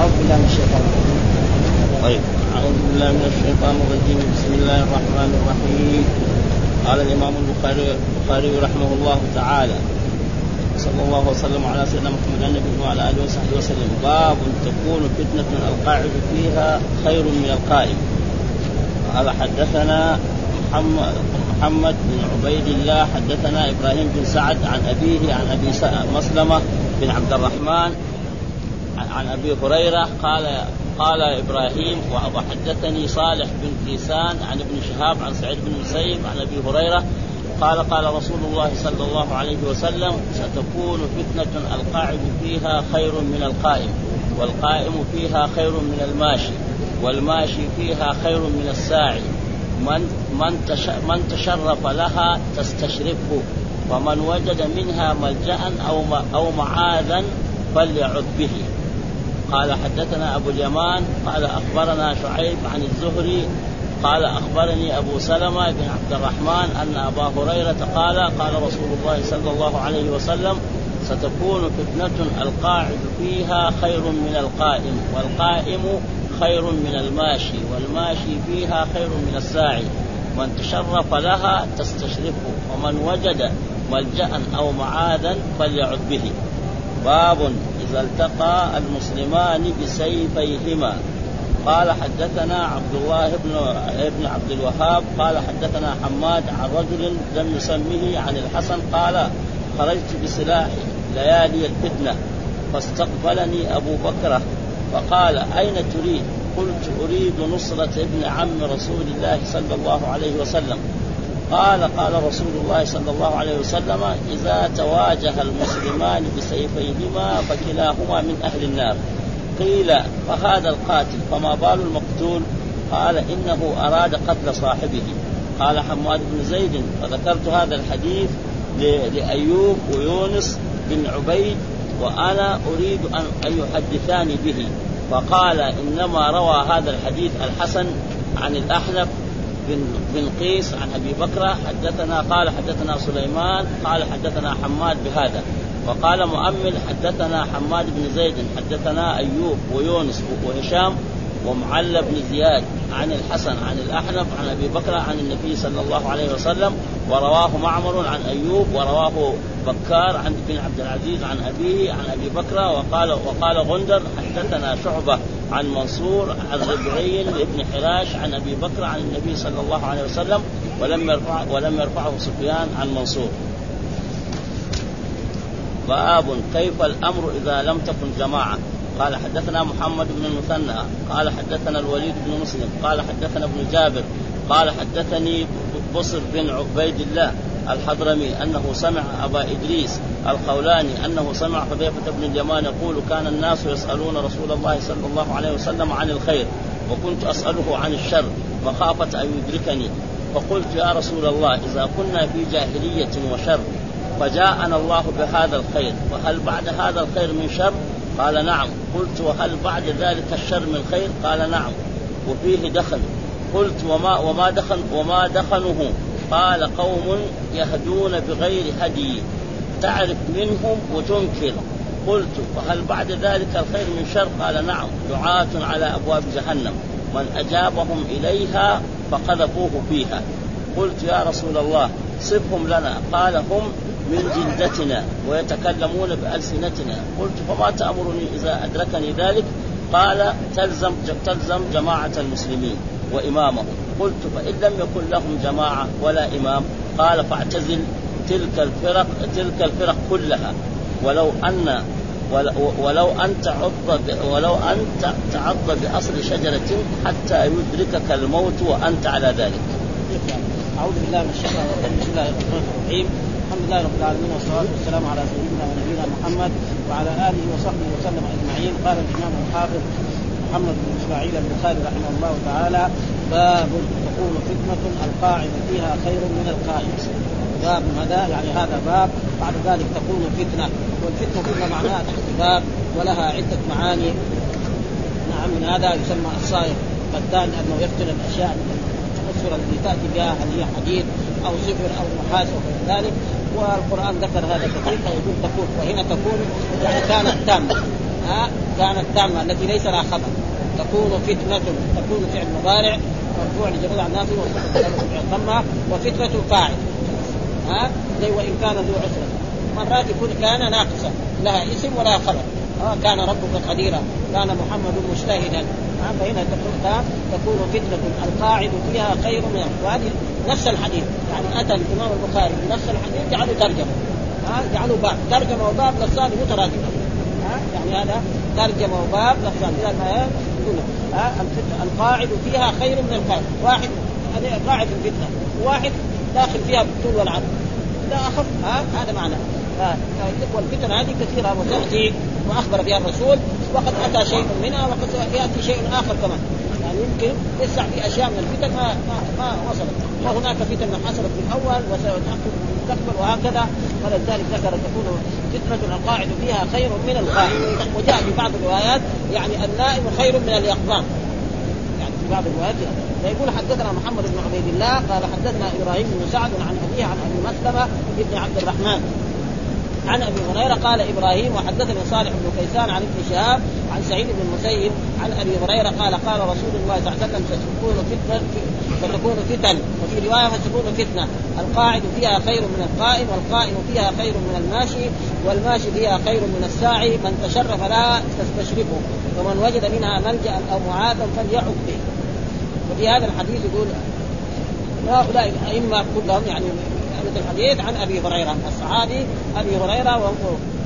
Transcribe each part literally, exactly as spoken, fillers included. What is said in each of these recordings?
أعوذ بالله من الشيطان الرجيم. طيب أعوذ بالله من الشيطان الرجيم. بسم الله الرحمن الرحيم. قال الإمام البخاري البخاري رحمه الله تعالى صلى الله وسلم على سيدنا محمد النبي وعلى آله وصحبه وسلم. باب تكون فتنة القاعد فيها خير من القائم. قال حدثنا محمد محمد بن عبيد الله حدثنا إبراهيم بن سعد عن أبيه عن أبي مسلمة بن عبد الرحمن عن أبي هريرة قال قال إبراهيم وحدثني صالح بن كيسان عن ابن شهاب عن سعيد بن المسيب عن أبي هريرة قال قال رسول الله صلى الله عليه وسلم ستكون فتنة القاعد فيها خير من القائم، والقائم فيها خير من الماشي، والماشي فيها خير من الساعي. من من من تشرف لها تستشرفه، ومن وجد منها ملجأ أو أو معاذا فليعد به. قال حدثنا أبو اليمان قال أخبرنا شعيب عن الزهري قال أخبرني أبو سلمة بن عبد الرحمن أن أبا هريرة قال قال رسول الله صلى الله عليه وسلم ستكون فتنة القاعد فيها خير من القائم، والقائم خير من الماشي، والماشي فيها خير من الساعي. من تشرف لها تستشرفه، ومن وجد ملجأ أو معاذا فليعد به. باب إذا التقى المسلمان بسيفيهما. قال حدثنا عبد الله بن ابن عبد الوهاب قال حدثنا حماد عن رجل لم يسمه عن الحسن قال خرجت بسلاحي ليالي الفتنة فاستقبلني أبو بكر فقال أين تريد؟ قلت أريد نصرة ابن عم رسول الله صلى الله عليه وسلم. قال قال رسول الله صلى الله عليه وسلم إذا تواجه المسلمان بسيفيهما فكلاهما من أهل النار. قيل فهذا القاتل فما بال المقتول؟ قال إنه أراد قتل صاحبه. قال حماد بن زيد فذكرت هذا الحديث لأيوب ويونس بن عبيد وأنا أريد أن يحدثاني به، فقال إنما روى هذا الحديث الحسن عن الأحنف بن, بن قيس عن أبي بكر حدثنا قال حدثنا سليمان قال حدثنا حماد بهذا. وقال مؤمل حدثنا حماد بن زيد حدثنا أيوب ويونس وهشام ومعل بن زياد عن الحسن عن الأحنف عن أبي بكر عن النبي صلى الله عليه وسلم، ورواه معمر عن أيوب ورواه بكار عن بن عبد العزيز عن أبيه عن أبي بكر. وقال وقال غندر حدثنا شعبة عن منصور عن ربعي بن حراش عن أبي بكر عن النبي صلى الله عليه وسلم، ولم يرفع ولم يرفعه سفيان عن منصور. باب كيف الأمر إذا لم تكن جماعة. قال حدثنا محمد بن المثنى قال حدثنا الوليد بن مسلم قال حدثنا ابن جابر قال حدثني بصر بن عبيد الله الحضرمي أنه سمع أبا إدريس الخولاني أنه سمع حذيفة بن اليمان يقول كان الناس يسألون رسول الله صلى الله عليه وسلم عن الخير وكنت أسأله عن الشر مخافة أن يدركني، فقلت يا رسول الله إذا كنا في جاهلية وشر فجاءنا الله بهذا الخير وهل بعد هذا الخير من شر؟ قال نعم. قلت وهل بعد ذلك الشر من خير؟ قال نعم وفيه دخن. قلت وما وما دخن وما دخنه؟ قال قوم يهدون بغير هدي تعرف منهم وتنكر. قلت وهل بعد ذلك الخير من شر؟ قال نعم دعاة على أبواب جهنم من أجابهم إليها فقذفوه فيها. قلت يا رسول الله صفهم لنا. قال هم من جلدتنا ويتكلمون بألسنتنا. قلت فما تأمرني إذا أدركني ذلك؟ قال تلزم تلزم جماعة المسلمين وإمامهم. قلت فإن لم يكن لهم جماعة ولا إمام؟ قال فاعتزل تلك الفرق تلك الفرق كلها ولو أن ولو أن تعض ولو أن تعض بأصل شجرة حتى يدركك الموت وأنت على ذلك. أعوذ بالله من الشيطان الرجيم. بسم الله الرحمن الرحيم. الحمد لله رب العالمين والصلاة والسلام على سيدنا ونبينا محمد وعلى آله وصحبه وسلم أجمعين. قال الإمام الحافظ محمد بن إسماعيل البخاري رحمه الله تعالى باب تكون فتنة القاعد فيها خير من القائم. باب هذا يعني هذا باب بعد ذلك تكون فتنة، والفتنة كلها معناها تحت باب ولها عدة معاني. نعم من هذا يسمى الصائغ، والثاني أنه يفتن الأشياء الصورة التي تأتي بها هل هي حديد أو صفر أو نحاس وغير ذلك، والقرآن ذكر هذا كثير فيقول تكون، وهنا تكون يعني كانت تامة ها كانت تامة التي ليس لها خبر، تكون فتنة، تكون فعل مضارع مرفوع لجمود عن ناصب والضمة، وفتنة فاعل ها زي وإن كان ذو عسرة. مرات يكون كان ناقصة لها اسم ولا خبر، ها كان ربك قديرا، كان محمد مجتهدا، فهنا تكون فتنة القاعد فيها خير منها. وهذه نفس الحديث يعني أتى الإمام البخاري بنفس الحديث جعلوا ترجمة، ها جعلوا باب ترجمة وباب للصاد مترادفة، ها يعني هذا ترجمة وباب للصاد ما يقول ها القاعد فيها خير من القاعد. واحد قاعد في الفتنة، واحد داخل فيها بالطول والعرض، لا أخف، ها هذا معنى. والفتن هذه كثيرة وتأتي وأخبر بها الرسول، وقد أتى شيء منها وقد يأتي شيء آخر كمان، يعني يمكن يسع في أشياء من الفتن ما ما, ما وصلت. وهناك فتن حصلت في الأول وستحصل في المستقبل وهكذا. ولذلك ذكر تكون فتنة القاعد فيها خير من القائم. وجاء في بعض الروايات يعني النائم خير من اليقظان، يعني في بعض الروايات. فيقول حدثنا محمد بن عبيد الله قال حدثنا إبراهيم بن سعد عن أبيه عن أبي مسلمة ابن عبد الرحمن عن أبي هريرة قال إبراهيم وحدثني صالح بن كيسان عن ابن شهاب عن سعيد بن المسيب عن أبي هريرة قال قال رسول الله صلى الله عليه وسلم ستكون فتنة فتكون فتن، وفي رواية فتكون فتنة القاعد فيها خير من القائم، والقائم فيها خير من الماشي، والماشي فيها خير من الساعي، من تشرف لها تستشرفه، ومن وجد منها ملجأ أو معاذا فليعد به. وفي هذا الحديث يقول هؤلاء الأئمة كلهم يعني الحديث عن أبي هريرة الصحابي أبي هريرة،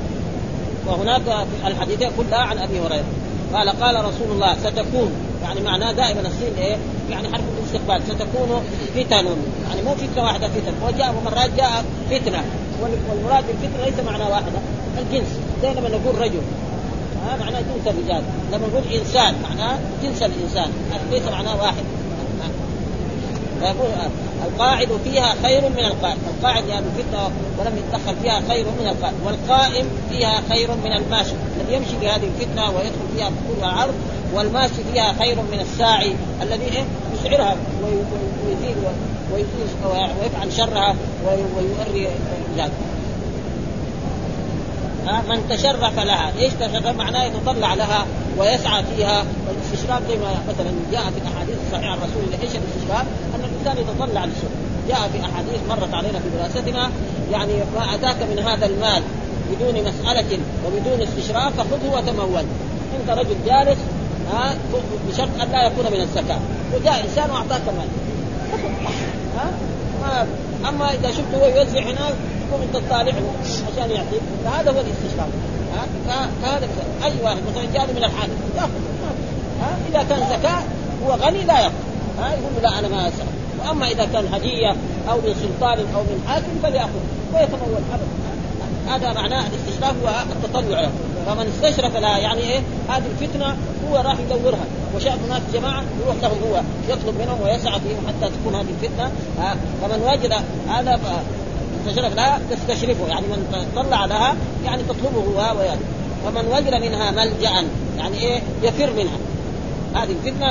وهناك الحديثين كلها عن أبي هريرة. قال قال رسول الله ستكون، يعني معناه دائما السين إيه يعني حرف الاستقبال، ستكون فتن، يعني مو فتنة واحدة فتن، وجاء مرات جاء فتنة، والمراد بالفتنة ليس معناه واحدة الجنس، زي لما نقول رجل ها معناه جنس الرجال، لما نقول إنسان معناه جنس الإنسان، ليس معناه واحد. فيقول القاعد فيها خير من القائم، القاعد يعني الفتنة ولم يتدخل فيها خير من القائم، والقائم فيها خير من الماشي الذي يمشي بهذه الفتنة ويدخل فيها بالطول والعرض، والماشي فيها خير من الساعي الذي إيه يسعرها ويزيد ويزيد ويفعل شرها ويؤري ذلك. من تشرف لها، ايش تشرف؟ معناه يتطلع لها ويسعى فيها. والاستشراف زي ما مثلا جاء في الاحاديث الصحيحه عن الرسول ايش الاستشراف؟ ان الانسان يتطلع للشر. جاء في احاديث مرت علينا في دراستنا يعني ما اتاك من هذا المال بدون مساله وبدون استشراف فخذه وتمول. انت رجل جالس ها بشرط ان لا يكون من الزكاه، وجاء انسان واعطاك مال ها ما اما اذا شفته هو يوزع هناك تقوم انت تطالع عشان يعطيك، فهذا هو الاستشراف. ها فهذا اي واحد مثلا جاء من الحاكم ياخذ، ها اذا كان زكاه هو غني لا ياخذ، ها يقول لا انا ما اسال. واما اذا كان هديه او من سلطان او من حاكم فليأخذ ويتمول ابدا. هذا معناه الاستشراف هو التطلع له. فمن استشرف لها يعني ايه هذه الفتنه هو راح يدورها، وشاء هناك جماعه يروح لهم هو يطلب منهم ويسعى فيهم حتى تكون هذه الفتنه. ها فمن وجد هذا تشرف لها تستشرفه، يعني من طلع لها يعني تطلبه هو ويأتي. ومن وجد منها ملجأ يعني ايه يفر منها هذه الفتنه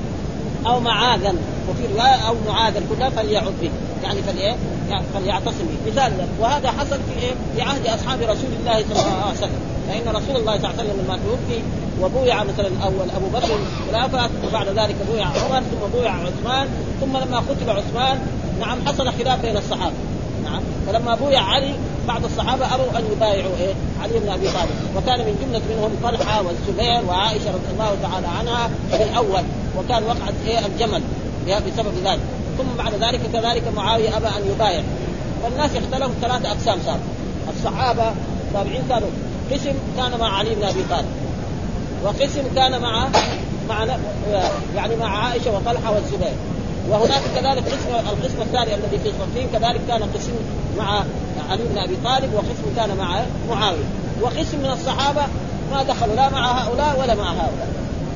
او معاذا، وفي روايه او معاذا كلها فليعد به، يعني فليه يعني فليعتصم به. مثال وهذا حصل في ايه في عهد اصحاب رسول الله صلى الله عليه وسلم، فان رسول الله صلى الله عليه وسلم لما توفي وبويع مثلا اول ابو بكر خلافه، وبعد ذلك بويع عمر، ثم بويع عثمان، ثم لما قتل عثمان نعم حصل خلاف بين الصحابه. نعم فلما بويع علي بعض الصحابه ابوا ان يبايعوا ايه علي بن ابي طالب، وكان من جمله منهم طلحه والزبير وعائشه رضي الله تعالى عنها في الاول، وكان وقعت ايه الجمل بسبب ذلك. ثم بعد ذلك كذلك معاويه ابى ان يبايع، فالناس اختلفوا ثلاثه اقسام صار. الصحابه التابعين كانوا قسم كان مع علي بن ابي طالب، وقسم كان مع مع يعني مع عائشه وطلحه والزبير، وهناك كذلك قسم القسم الثاني الذي في الصفين كذلك كان قسم مع علي بن ابي طالب، وقسم كان مع معاويه، وقسم من الصحابه ما دخلوا لا مع هؤلاء ولا مع هؤلاء.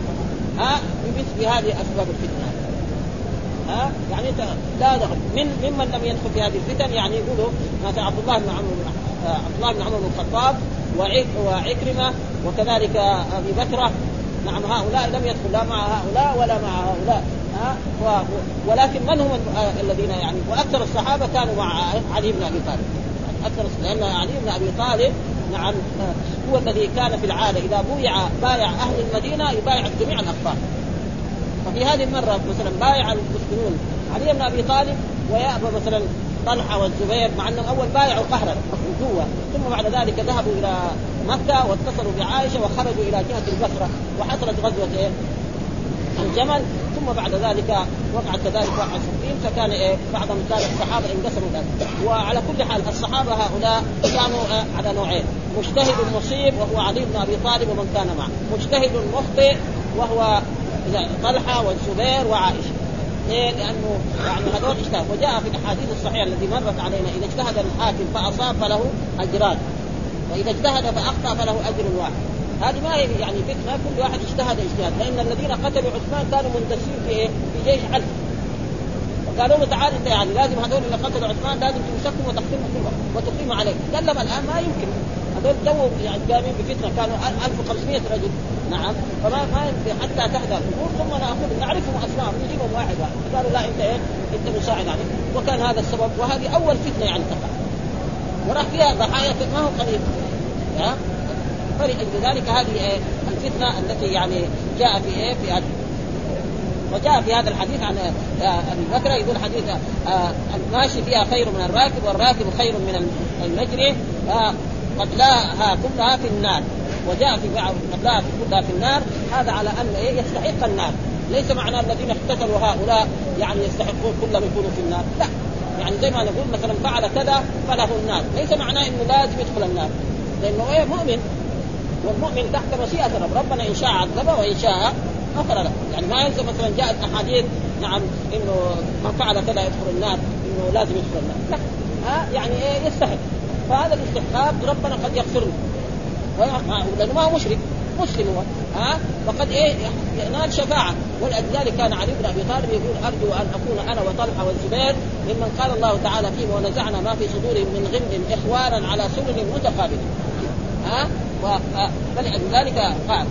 ها بمثل هذه اسباب الفتنه. ها يعني لا دخل من ممن لم يدخل في هذه الفتن، يعني يقولوا مثلا عبد الله بن عمرو عبد الله بن عمرو بن الخطاب وعكرمه وكذلك ابي بكر، نعم هؤلاء لم يدخل لا مع هؤلاء ولا مع هؤلاء. ها ولكن من هم الذين يعني واكثر الصحابه كانوا مع علي بن ابي طالب، اكثر لان علي بن ابي طالب نعم هو الذي كان في العاده اذا بويع بايع اهل المدينه يبايع جميع الاقطار. ففي هذه المره مثلا بايع المسلمون علي بن ابي طالب ويأبى مثلا طلحه والزبير مع انهم اول بايعوا قهرا جوا، ثم بعد ذلك ذهبوا الى مكه واتصلوا بعائشه وخرجوا الى جهه البصره وحصلت غزوه إيه؟ الجمل. ثم بعد ذلك وقعت كذلك وقع صفين، فكان إيه بعضهم كان الصحابه انقسموا ذلك. وعلى كل حال الصحابه هؤلاء كانوا آه على نوعين: مجتهد مصيب وهو علي بن ابي طالب ومن كان معه، مجتهد مخطئ وهو طلحه والزبير وعائشه. ليه؟ لانه يعني هذول اجتهد، وجاء في الاحاديث الصحيحه التي مرت علينا: اذا اجتهد الحاكم فاصاب فله اجران، واذا اجتهد فاخطا فله اجر واحد. هذه ما هي يعني فتنه، كل واحد اجتهد اجتهاد، لان الذين قتلوا عثمان كانوا منتسبين في ايه؟ في جيش علف، وقالوا له تعال انت يعني لازم هذول اللي قتلوا عثمان لازم تمسكهم وتقتلهم كلهم وتقيموا عليه. قال لهم الان ما يمكن، هذول جو يعني قامين بفتنه، كانوا ألف وخمسمائة رجل نعم، فما ما يمكن حتى تحدى الامور ثم ناخذ نعرفهم اسماءهم نجيبهم واحد واحد. قالوا لا انت ايه؟ انت مساعد عليه. وكان هذا السبب، وهذه اول فتنه يعني تقع وراح فيها ضحايا ما هو قليل. ها فلذلك هذه الفتنة التي يعني جاء في إيه في هذا. وجاء في هذا الحديث عن أبي بكر يقول حديث الماشي فيها خير من الراكب والراكب خير من المجري، قتلاها كلها في النار. وجاء في بعض قتلاها كلها في النار، هذا على أن إيه يستحق النار، ليس معنى الذين اقتتلوا هؤلاء يعني يستحقون كلهم يكونوا في النار، لا. يعني زي ما نقول مثلا فعل كذا فله النار، ليس معناه إنه لازم يدخل النار، لأنه إيه مؤمن، والمؤمن تحت مشيئة رب ربنا إن شاء عذبه وإن شاء غفر له. يعني ما يلزم مثلا جاءت أحاديث نعم إنه من فعل كذا يدخل النار إنه لازم يدخل النار، لا. ها يعني إيه يستحق، فهذا الاستحقاق ربنا قد يغفر له لأنه ما هو مشرك مسلم هو، ها فقد إيه ينال شفاعة. ولذلك كان علي بن أبي طالب يقول أرجو أن أكون أنا وطلحة والزبير ممن قال الله تعالى فيهم ونزعنا ما في صدورهم من غل إخوانا على سرر متقابلين. ها فلذلك قال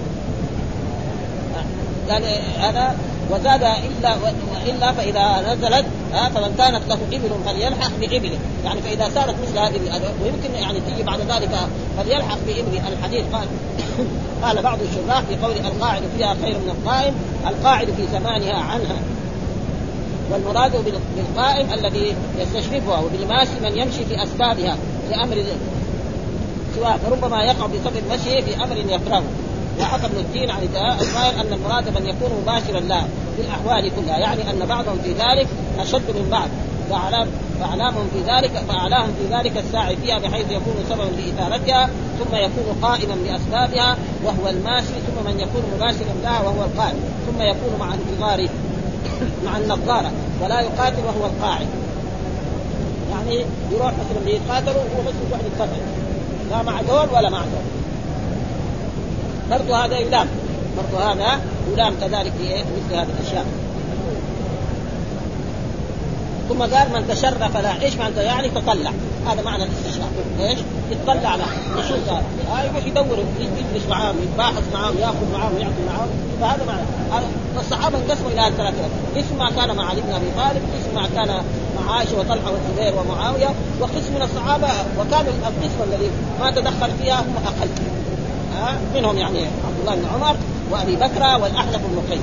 قال هذا وزاد إلا إلا فإذا نزلت فمن كانت له إبل فليلحق بإبله، يعني فإذا صارت مثل هذه ويمكن يعني تيجي بعد ذلك فليلحق بإبله. الحديث قال قال بعض الشراح في قول القاعد فيها خير من القائم، القاعد في زمانها عنها، والمراد بالقائم الذي يستشرفها، وبالماشي من يمشي في أسبابها لأمر سواء، فربما يقع بسبب المشي في أمر يكرهه. وحكى ابن الدين عن القائل أن المراد من يكون مباشرا له في الأحوال كلها، يعني أن بعضهم في ذلك أشد من بعض، فأعلامهم في ذلك فأعلاهم في ذلك الساعي فيها بحيث يكون سببا لإثارتها، ثم يكون قائما لأسبابها وهو الماشي، ثم من يكون مباشرا لها وهو القائم، ثم يكون مع انتظاره مع النظارة ولا يقاتل وهو القاعد. يعني يروح مثلا ليقاتلوا وهو بس يروح يتقاتل، لا مع دول ولا مع دول. برضو هذا يلام، برضو هذا يلام كذلك في مثل هذه الأشياء. ثم قال من تشرف لا، ايش معنى يعني تطلع، هذا معنى الاستشراف، ايش يتطلع له نشوف هذا هاي يروح يدور يجلس معاهم يتباحث معاهم ياخذ معاهم يعطي معاهم، فهذا معنى. الصحابه انقسموا الى ثلاثه، قسم ما كان مع علي بن ابي طالب، قسم ما كان مع عائشه وطلحه والزبير ومعاويه، وقسم من الصحابه وكان القسم الذي ما تدخل فيها هم اقل ها منهم، يعني عبد الله بن عمر وابي بكر والاحنف بن قيس،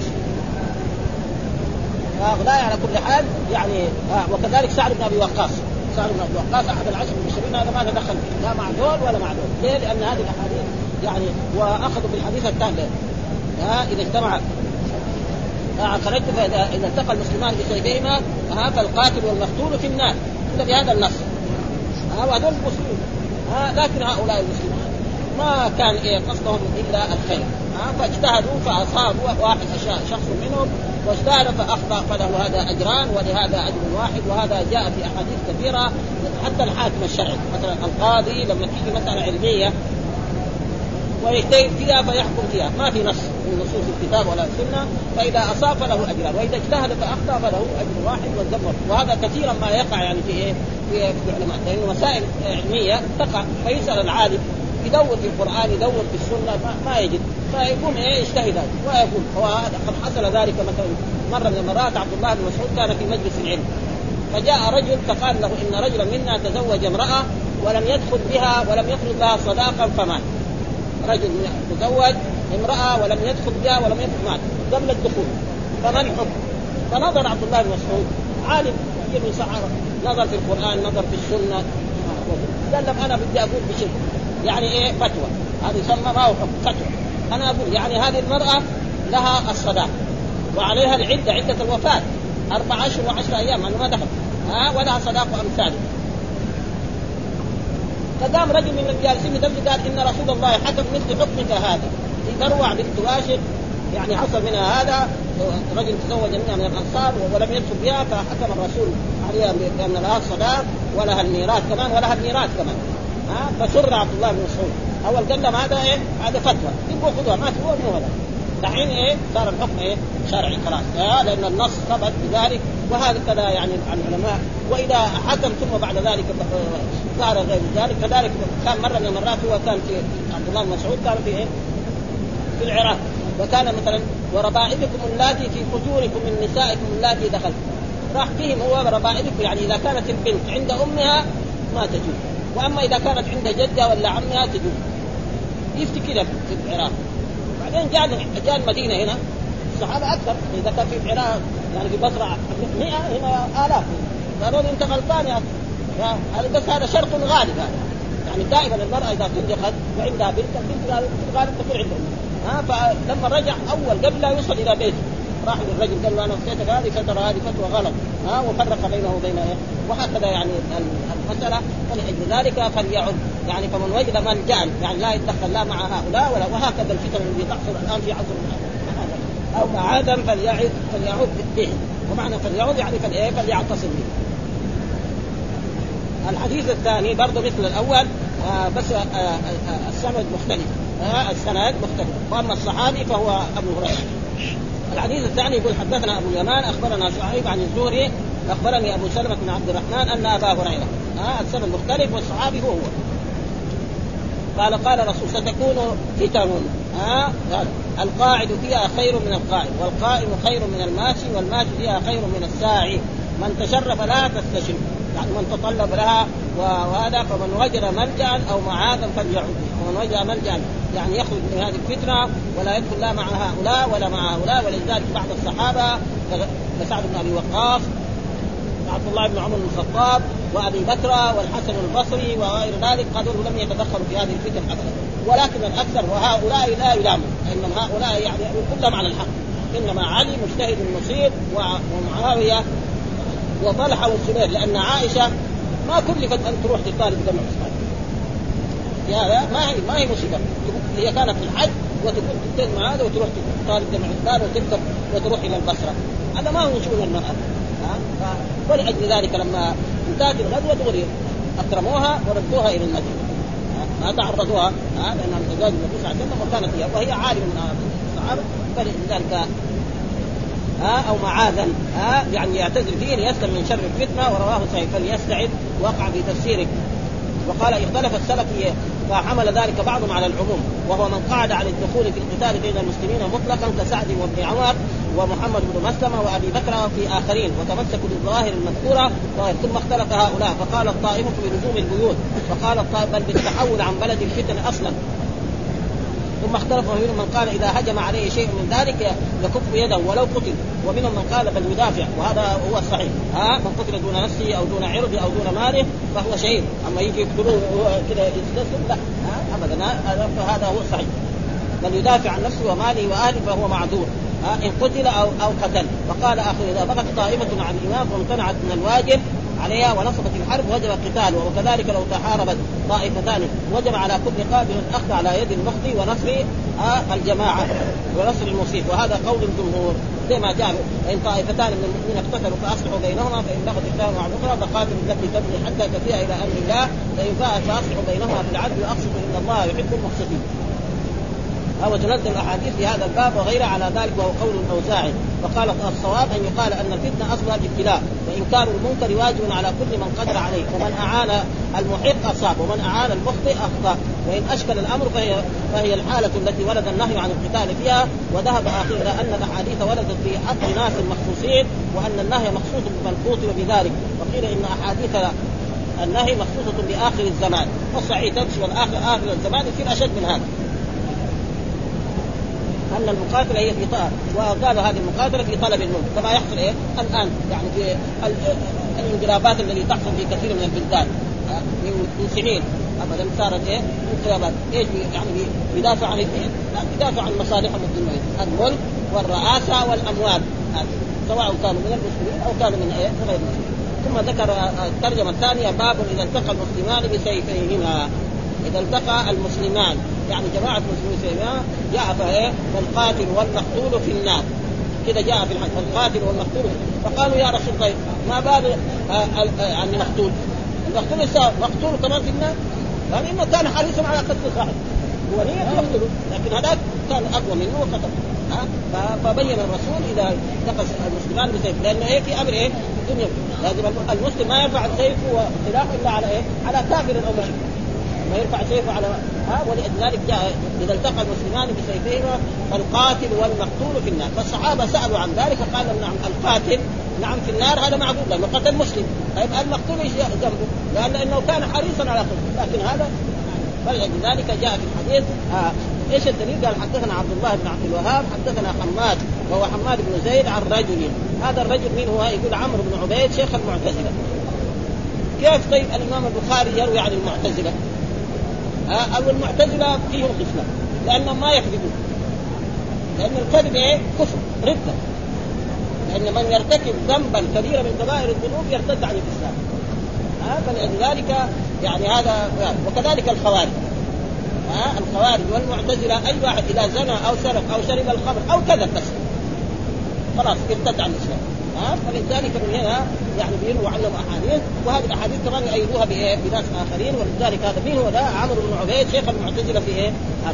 هؤلاء على كل حال يعني. وكذلك سعد بن ابي وقاص، سعد بن ابي وقاص احد العشر المبشرين، هذا ما تدخل فيه لا مع دول ولا مع دول. ليه؟ لان هذه الاحاديث يعني واخذوا بالحديث الثاني ها اذا اجتمع خرجت فاذا اذا التقى المسلمان بسيفيهما فالقاتل والمقتول في النار، الا بهذا النص. وهذول المسلمين، لكن هؤلاء المسلمين ما كان إيه قصدهم الا الخير، فاجتهدوا فاصابوا واحد شخص منهم واجتهد فاخطا فله هذا اجران ولهذا اجر واحد. وهذا جاء في احاديث كثيره، حتى الحاكم الشرعي مثلا القاضي لما تيجي مساله علميه ويجتهد فيها فيحكم فيها ما في نص من نصوص الكتاب ولا السنه، فاذا اصاب فله اجران، واذا اجتهد فاخطا فله اجر واحد والذنب. وهذا كثيرا ما يقع يعني في ايه في العلماء، لانه مسائل علميه تقع فيسال العالم يدور في القرآن يدور في السنة ما, ما يجد، فيكون ايه اجتهد ويقول. وقد حصل ذلك مثلا مرة من المرات عبد الله بن مسعود كان في مجلس العلم، فجاء رجل فقال له إن رجلا منا تزوج امرأة ولم يدخل بها ولم يفرض لها صداقا فمات. رجل تزوج امرأة ولم يدخل بها ولم يفرض مات قبل الدخول، فما الحكم؟ فنظر عبد الله بن مسعود عالم يبني صحابة، نظر في القرآن نظر في السنة، قال لهم أنا بدي أقول بشيء يعني إيه فتوى، هذا يسمى ما هو حكم فتوى. أنا أقول يعني هذه المرأة لها الصداق وعليها العدة عدة الوفاة أربع أشهر وعشر أيام أنا ما دخل ها ولها صداق أمثاله. فقام رجل من الجالسين يدل قال إن رسول الله حكم مثل حكمك هذا في مروع بنت واشق، يعني حصل منها هذا رجل تزوج منها من الأنصار ولم يدخل بها، فحكم الرسول عليها بأن لها الصداق ولها الميراث كمان ولها الميراث كمان. ها فسر عبد الله بن مسعود أول قال لهم هذا إيه هذا فتوى يبغوا خذوها ما في هو مو هذا. دحين إيه صار الحكم إيه شرعي خلاص آه لأن النص ثبت بذلك، وهذا كذا يعني عن العلماء. وإذا حكم ثم بعد ذلك ظهر غير ذلك كذلك. كان مرة من المرات هو كان في عبد الله بن مسعود كان في إيه في العراق، وكان مثلا وربائبكم اللاتي في فجوركم من نسائكم اللاتي دخلت، راح فيهم هو ربائبكم يعني إذا كانت البنت عند أمها ما تجوز، وأما إذا كانت عند جدها ولا عمها تجوز. يفتي كده في العراق. بعدين جاء جاء المدينة هنا الصحابة أكثر، إذا كان في العراق يعني في بصرة مئة هنا آلاف، قالوا أنت غلطان يا أخي بس هذا شرط غالب هذا. يعني دائما المرأة إذا طلقت وعندها بنت البنت غالب تكون عندها. ها فلما رجع أول قبل لا يوصل إلى بيته راح للرجل قال له أنا فتيتك هذه فترة هذه فتوى غلط ها وفرق بينه وبين إيه وهكذا يعني المسألة. فلأجل ذلك فليعد يعني فمن وجد ملجأ يعني لا يتدخل لا مع هؤلاء ولا. وهكذا الفتن التي تحصل الآن في عصرنا أو معادا فليعد فليعد به، ومعنى فليعد يعني فلإيه فليعتصم به. الحديث الثاني برضه مثل الأول آه بس آه آه السند مختلف آه السند مختلف، وأما الصحابي فهو أبو هريرة. الحديث الثاني يقول حدثنا أبو اليمان أخبرنا شعيب عن الزهري أخبرني أبو سلمة بن عبد الرحمن أن أبا هريرة آه السند مختلف والصحابي هو هو. قال قال رسول ستكون فتن آه القاعد فيها خير من القائم، والقائم خير من الماشي، والماشي فيها خير من الساعي، من تشرف لا تستشرف يعني من تطلب لها. وهذا فمن وجد ملجأ أو معاذا فليعد، ومن وجد ملجأ يعني يخرج من هذه الفتنة ولا يدخل لا مع هؤلاء ولا مع هؤلاء. ولذلك بعض الصحابة سعد بن أبي وقاص عبد الله بن عمر بن الخطاب وأبي بكر والحسن البصري وغير ذلك قالوا لم يتدخلوا في هذه الفتن أبدا. ولكن الأكثر وهؤلاء لا يلاموا، إنما هؤلاء يعني كلهم على الحق، إنما علي مجتهد مصيب ومعاوية وطلحة والزبير، لأن عائشة ما كلفت أن تروح لطالب دم عثمان يا ما هي ما هي مصيبة. هي كانت في الحج وتكون تتين مع هذا وتروح طالب دم عثمان وتركب وتروح إلى البصرة، هذا ما هو شؤون المرأة. ولأجل ذلك لما انتهت الغزوة دغري أكرموها وردوها إلى المدينة، ما تعرضوها لأنها من أزواج النبي صلى الله عليه وسلم وكانت هي وهي عالم من الصحابة. فلذلك ها أو معاذا ها يعني يعتذر فيه ليسلم من شر الفتنة. ورواه سعيد فليستعد وقع في تفسيره. وقال اختلف السلف فحمل ذلك بعضهم على العموم، وهو من قعد على الدخول في القتال بين المسلمين مطلقا كسعد وابن عمر ومحمد بن مسلمة وأبي بكر وفي آخرين وتمسكوا بالظواهر المذكورة. ثم اختلف هؤلاء فقال الطائفة بلزوم البيوت، وقال الطائفة بل بالتحول عن بلد الفتن أصلا. ثم اختلفوا منهم من قال إذا هجم عليه شيء من ذلك يكف يده ولو قتل، ومنهم من قال بل يدافع، وهذا هو الصحيح. ها من قتل دون نفسه أو دون عرضه أو دون ماله فهو شهيد، أما يجي يقتلوه كده يستسلم لا أبدا، هذا هو الصحيح. بل يدافع عن نفسه وماله وأهله فهو معذور إن قتل أو أو قتل. وقال آخر إذا بغت طائفة عن الإمام وامتنعت من الواجب عليها ونصبت الحرب وجب القتال. وكذلك لو تحاربت طائفتان وجب على كل قادر الأخذ على يد المخطئ ونصر آه الجماعة ونصر المصيب. وهذا قول الجمهور زي ما جاء إن طائفتان من المؤمنين اقتتلوا فأصلحوا بينهما فإن بغت إحداهما على الأخرى فقاتلوا التي تبغي حتى تفيء إلى أمر الله فإن فاءت فأصلحوا بينهما بالعدل وأقسطوا إن الله يحب المقسطين. أو تنزل الأحاديث في هذا الباب وغيره على ذلك، وهو قول الأوزاعي. وقال الصواب أن يقال أن الفتنة أصلها الابتلاء، وإنكار المنكر واجب على كل من قدر عليه، ومن أعان المحق أصاب ومن أعان المخطئ أخطأ. وإن أشكل الأمر فهي, فهي الحالة التي ورد النهي عن القتال فيها. وذهب آخر إلى أن الأحاديث وردت في حق ناس مخصوصين، وأن النهي مخصوص بمن قوتل بذلك. وقيل إن أحاديث النهي مخصوصة بآخر الزمان، والصحيح تمشي آخر آخر الزمان يصير أشد من هذا، أن المقاتلة هي في طلب، وقالوا هذه المقاتلة في طلب الملك كما يحصل إيه الآن يعني في الانقلابات التي تحصل في كثير من البلدان من سنين أبدا صارت إيه انقلابات إيش يعني بيدافع عن الدين، لا بيدافع عن مصالحهم الدنيوية، الملك والرئاسة والأموال، سواء كانوا من المسلمين أو كانوا من إيه غير المسلمين. ثم ذكر الترجمة الثانية باب إذا التقى المسلمان بسيفيهما، إذا التقى المسلمان يعني جماعة مسلمين سيفيهما جاء فإيه والقاتل والمقتول في النار، كده جاء في الحديث القاتل والمقتول. فقالوا يا رسول الله ما بال عن المقتول؟ المقتول يساوي مقتول كمان في النار، لأنه كان حريصا على قتل صاحبه ونية يقتله، لكن هذا كان أقوى منه وقتل. فبين الرسول إذا التقى المسلمان بسيف، لأنه إيه في أمر إيه في الدنيا لازم المسلم ما يرفع سيفه وسلاحه إلا على إيه على كافر أو مشرك، ما يرفع سيفه على ها. ولذلك جاء إذا التقى المسلمان بسيفهما فالقاتل والمقتول في النار. فالصحابة سألوا عن ذلك فقالوا نعم القاتل نعم في النار، هذا معقول لأنه قتل مسلم، طيب المقتول ايش ذنبه؟ لأن انه كان حريصا على قتله، لكن هذا فلذلك جاء في الحديث آه. ايش الدليل؟ قال حدثنا عبد الله بن عبد الوهاب حدثنا حماد وهو حماد بن زيد عن رجل، هذا الرجل مين هو؟ يقول عمرو بن عبيد شيخ المعتزلة. كيف طيب الإمام البخاري يروي عن المعتزلة؟ آه أو المعتزلة فيهم خصلة لأنهم ما يكذبون، لأن الكذب إيه كفر ردة، لأن من يرتكب ذنبا كبيرا من كبائر الذنوب يرتد عن الإسلام. آه فلذلك يعني هذا يعني. وكذلك الخوارج آه الخوارج والمعتزلة أي واحد إذا زنى أو سرق أو شرب الخمر أو كذب بس خلاص يرتد عن الإسلام. آه فلذلك من هنا يعني بيروى عنهم أحاديث، وهذه الأحاديث كمان يأيدوها بناس آخرين. ولذلك هذا مين هو ده؟ عمرو بن عبيد شيخ المعتزلة في إيه هذا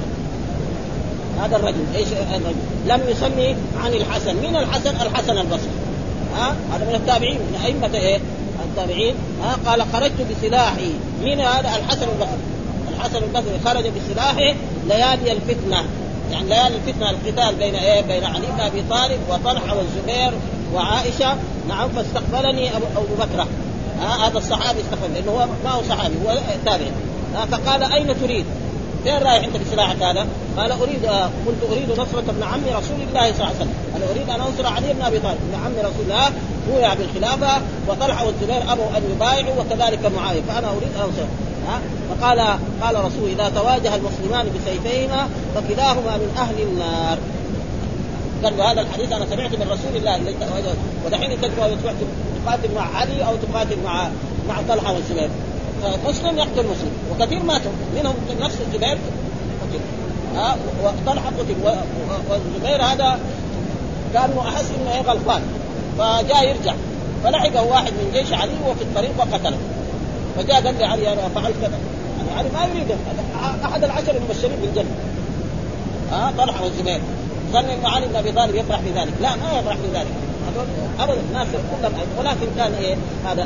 هذا الرجل. ايش الرجل؟ لم يسمي عن الحسن. مين الحسن؟ الحسن البصري ها آه؟ هذا من التابعين من ائمه ايه التابعين ها آه؟ قال خرجت بسلاحي. مين هذا؟ الحسن البصري. الحسن البصري خرج بسلاحه ليالي الفتنه، يعني ليالي الفتنه القتال بين ايه بين علي بن ابي طالب وطلحه والزبير وعائشه. نعم فاستقبلني ابو, أبو بكر ها آه؟ هذا الصحابي استقبل لانه هو ما هو صحابي هو تابعي آه؟ فقال اين تريد؟ فين رايح انت بسلاحك هذا؟ قال اريد آه قلت اريد نصرة ابن عم رسول الله صلى الله عليه وسلم، انا اريد ان انصر علي بن ابي طالب ابن عم رسول الله بويع بالخلافه وطلحه والزبير ابوا ان يبايعوا وكذلك معاويه، فانا اريد ان انصر ها. فقال قال رسول اذا تواجه المسلمان بسيفيهما فكلاهما من اهل النار. قال هذا الحديث انا سمعت من رسول الله اللي تواجه، ودحين انت تقاتل مع علي او تقاتل مع مع طلحه والزبير، مسلم يقتل مسلم وكثير ماتوا منهم نفس الزبير قتل ها وطلحه قتل والزبير هذا كان احس انه غلطان فجاء يرجع فلحقه واحد من جيش علي وفي الطريق وقتله. فجاء قال لي علي انا فعلت كذا، يعني علي ما يريد احد العشر المبشرين بالجنه ها طلحه والزبير. ظن ان علي بن ابي طالب يفرح بذلك، لا ما يفرح بذلك ابدا الناس كلهم، ولكن كان ايه هذا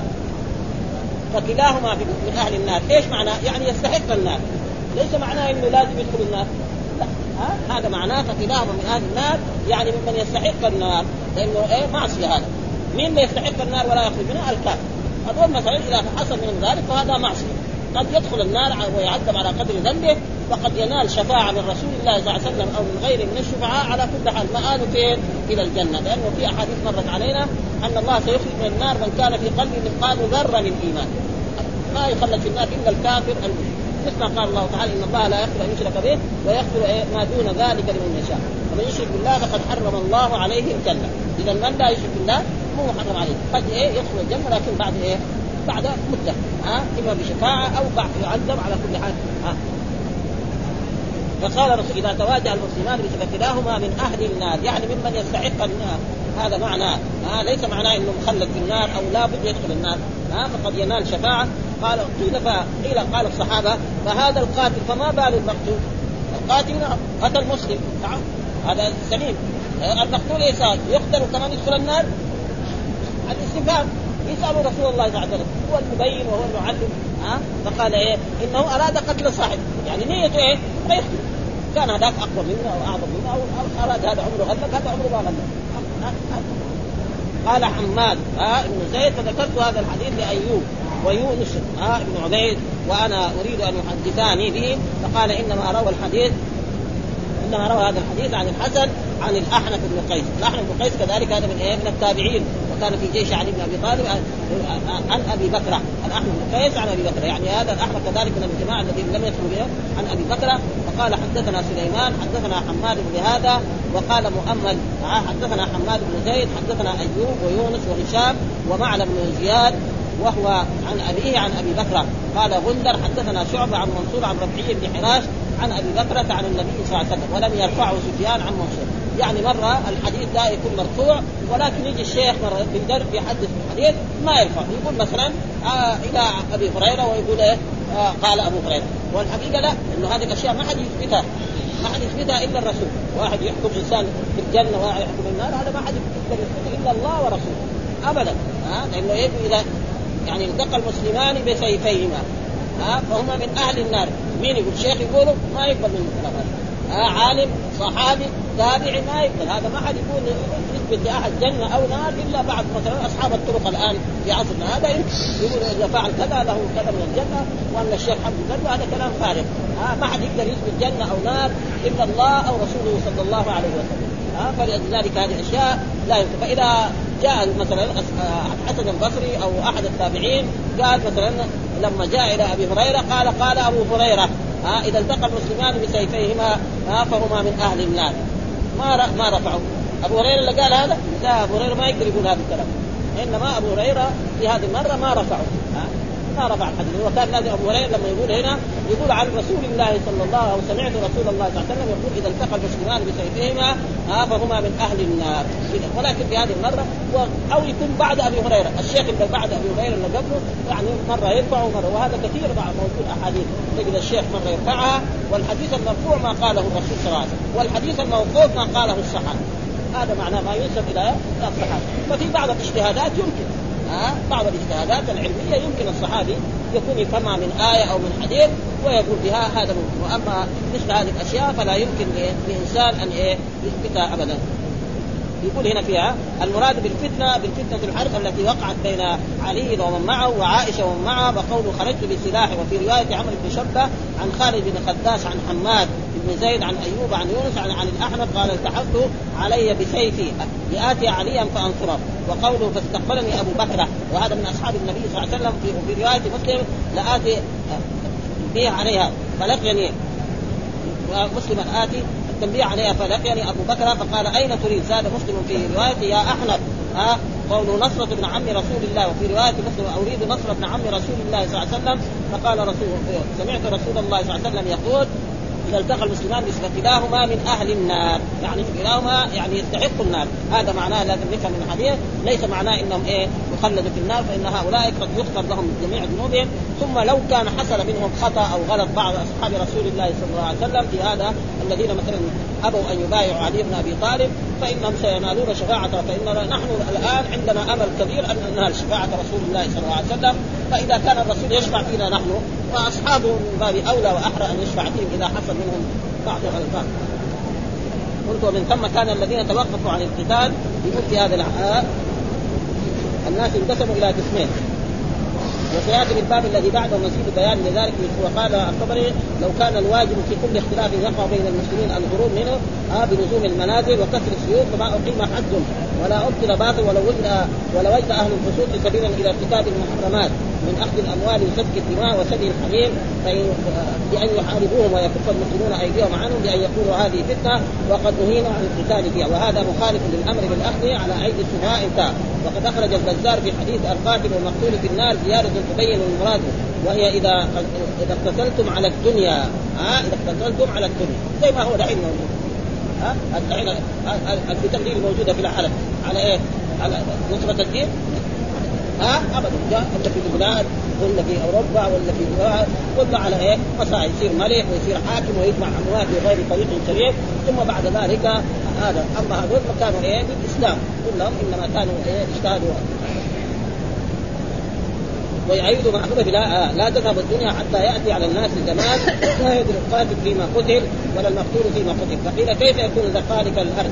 فكلاهما من اهل النار. ايش معناه؟ يعني يستحق النار، ليس معناه انه لازم يدخل النار، لا ها؟ هذا معناه فكلاهما من اهل النار يعني ممن يستحق النار، لانه ايه معصيه. هذا مين اللي يستحق النار ولا يخرج منها؟ الكافر. هذول مثلا اذا حصل من ذلك فهذا معصيه، قد يدخل النار ويعذب على قدر ذنبه، وقد ينال شفاعه من رسول الله صلى الله عليه وسلم او من غيره من الشفعاء. على كل حال مآله فين؟ الى الجنه، لانه في احاديث مرت علينا ان الله سيخرج من النار من كان في قلبه مثقال ذره من ايمان، ما يخلد في النار الا الكافر المشرك. مثل ما قال الله تعالى ان الله لا يغفر ان يشرك به ويغفر ما دون ذلك لمن يشاء، ومن يشرك بالله فقد حرم الله عليه الجنه. اذا من لا يشرك بالله مو محرم عليه، قد ايه يدخل الجنه لكن بعد ايه بعد مده ها اما بشفاعه او بعد يعذب على كل حال ها. فقال رسول اذا تواجه المسلمان فكلاهما من اهل النار، يعني ممن يستحق النار. هذا معناه ها ليس معناه انه مخلد في النار او لا بد يدخل النار ها فقد ينال شفاعه. قال قيل فقيل قال الصحابه فهذا القاتل فما بال المقتول؟ القاتل قتل مسلم نعم هذا سليم، المقتول ايش يقتل وكمان يدخل النار؟ الاستفهام يسأل رسول الله صلى الله عليه وسلم هو المبين وهو المعلم ها. فقال ايه انه اراد قتل صاحب، يعني نيته ايه ما يقتل، كان هذاك اقوى منه او اعظم منه او اراد هذا عمره غلب هذا عمره ما غلب. قال حماد ها ابن زيد فذكرت هذا الحديث لايوب ويونس ها بن عبيد وأنا أريد أن يحدثاني به، فقال إنما روى الحديث إنما روى هذا الحديث عن الحسن عن الأحنف بن قيس. الأحنف بن قيس كذلك هذا من إيه من التابعين، وكان في جيش علي بن أبي طالب عن أبي بكر. الأحنف بن قيس عن أبي بكر، يعني هذا الأحنف كذلك من الجماعة الذين لم يدخلوا به عن أبي بكر. فقال حدثنا سليمان حدثنا حماد بن هذا، وقال مؤمل حدثنا حماد بن زيد حدثنا أيوب ويونس وهشام ومعلى بن زياد وهو عن أبيه عن أبي بكر. قال غندر حدثنا شعبة عن منصور عن ربيعي بن حراش عن أبي بكرة عن النبي صلى الله عليه وسلم، ولم يرفعه سفيان عن منصور. يعني مرة الحديث ده يكون مرفوع، ولكن يجي الشيخ مرة يقدر يحدث الحديث ما يرفع، يقول مثلا آه إلى أبي هريرة ويقول إيه آه قال أبو هريرة. والحقيقة لا، إنه هذه الأشياء ما حد يثبتها ما حد يثبتها إلا الرسول. واحد يحكم إنسان بالجنة وواحد يحكم بالنار، هذا ما حد يقدر يثبته إلا الله ورسوله أبدا. ها آه لأنه يجب إذا يعني التقى المسلمان بسيفيهما ها فهما من أهل النار. مين يقول؟ الشيخ يقوله ما يقبل منه كلام هذا. آه عالم صحابي تابعي ما يقبل هذا. ما حد يقول يثبت لأحد جنة أو نار إلا بعض مثلا أصحاب الطرق الآن في عصرنا هذا يقول إذا فعل كذا له كذا من الجنة، وأن الشيخ حمد كذا، هذا كلام فارغ. آه ما حد يقدر يثبت جنة أو نار إلا الله أو رسوله صلى الله عليه وسلم. آه فلذلك هذه الأشياء لا يمكن. فإذا جاء مثلا حسن البصري أو أحد التابعين قال مثلا لما جاء إلى أبي هريرة قال قال أبو هريرة ها إذا التقى المسلمان بسيفيهما ها فهما من أهل النار، ما ما رفعوا. أبو هريرة اللي قال هذا؟ لا، أبو هريرة ما يقدر يقول هذا الكلام، إنما أبو هريرة في هذه المرة ما رفعوا ها ما رفع الحديث. وكان لازم أبو هريرة لما يقول هنا يقول عن رسول الله صلى الله عليه وسلم سمعت رسول الله صلى الله عليه وسلم يقول إذا التقى المسلمان بسيفيهما ها فهما من أهل النار. ولكن في هذه المرة أو يكون بعد أبي هريرة، الشيخ اللي بعد أبي هريرة اللي قبله يعني مرة يرفع ومرة، وهذا كثير بعض موجود أحاديث تجد الشيخ مرة يرفعها. والحديث المرفوع ما قاله الرسول صلى الله عليه وسلم، والحديث الموقوف ما قاله الصحابة. هذا معناه ما ينسب إلى الصحابة. ففي بعض الاجتهادات يمكن ها بعض الاجتهادات العلمية يمكن الصحابي يكون يفهمها من آية أو من حديث ويقول بها هذا ممكن. وأما مثل هذه الأشياء فلا يمكن لإنسان أن يثبتها أبدا. يقول هنا فيها المراد بالفتنة بالفتنة الحرب التي وقعت بين علي ومن معه وعائشة ومن معه، وقوله خرجت بسلاحي. وفي رواية عمرو بن شبة عن خالد بن خداش عن حماد بن زيد عن أيوب عن يونس عن عن الأحنف قال التحفت علي بسيفي لآتي عليا فأنصره. وقوله فاستقبلني أبو بكر، وهذا من أصحاب النبي صلى الله عليه وسلم. في, في رواية مسلم لآتي به عليها فلقيني مسلما آتي التنبيه عليها فلقيني أبو بكر فقال أين تريد؟ زاد مسلم في رواية يا أحنف ها قوله نصرة بن عم رسول الله. وفي رواية مسلم أريد نصرة بن عم رسول الله صلى الله عليه وسلم. فقال رسول سمعت رسول الله صلى الله عليه وسلم يقول إذا التقى المسلمان فكلاهما من أهل النار، يعني كلاهما يعني يستحق النار. هذا معناه لازم نفهم من الحديث، ليس معناه إنهم إيه يخلدوا في النار، فإن هؤلاء قد يغفر لهم جميع ذنوبهم. ثم لو كان حصل منهم خطأ أو غلط بعض أصحاب رسول الله صلى الله عليه وسلم في هذا الذين مثلا أبوا أن يبايعوا علي بن أبي طالب فإنهم سينالون شفاعته. فإننا نحن الآن عندنا أمل كبير أن ننال شفاعة رسول الله صلى الله عليه وسلم. فإذا كان الرسول يشفع فينا نحن فأصحابه من باب أولى وأحرى أن يشفع فيهم إذا حصل منهم بعض الغلطات. قلت ومن ثم كان الذين توقفوا عن القتال يقول في هذا العام الناس انقسموا إلى قسمين، وسيأتي بالباب الذي بعده مزيد بيان لذلك. وقال الطبري لو كان الواجب في كل اختلاف يقع بين المسلمين الهروب منه آه بلزوم المنازل وكسر السيوف فما أقيم حد ولا أبطل باطل ولو وجد ولو وجد أهل الفسوق سبيلا إلى ارتكاب المحرمات من أخذ الأموال وسفك الدماء وسبي الحريم بأن يحاربوهم ويكف المسلمون أيديهم عنهم بأن يقولوا هذه فتنة وقد نهينا عن القتال فيها، وهذا مخالف للأمر بالأخذ على أيدي السفهاء انتهى. وقد أخرج البزار في حديث القاتل والمقتول في النار زيادة تبين المراد، وهي إذا إذا اقتتلتم على الدنيا ها إذا اقتتلتم على الدنيا زي ما هو دحين موجود ها الدحين الفتن دي الموجودة في العالم على إيه؟ على نصرة الدين ها أبدا جاء ولا في البلاد ولا في أوروبا ولا في البلاد ولا على إيه مصاعب يصير ملك ويصير حاكم ويجمع أموال بغير طريق شريف ثم بعد ذلك هذا. أما هذول ما كانوا إيه بالإسلام كلهم إنما كانوا إيه اجتهدوا. ويعيد معقوبة لا لا تذهب الدنيا حتى يأتي على الناس زمان لا يدري القاتل فيما قتل ولا المقتول فيما قتل. فقيل كيف يكون ذلك الأرض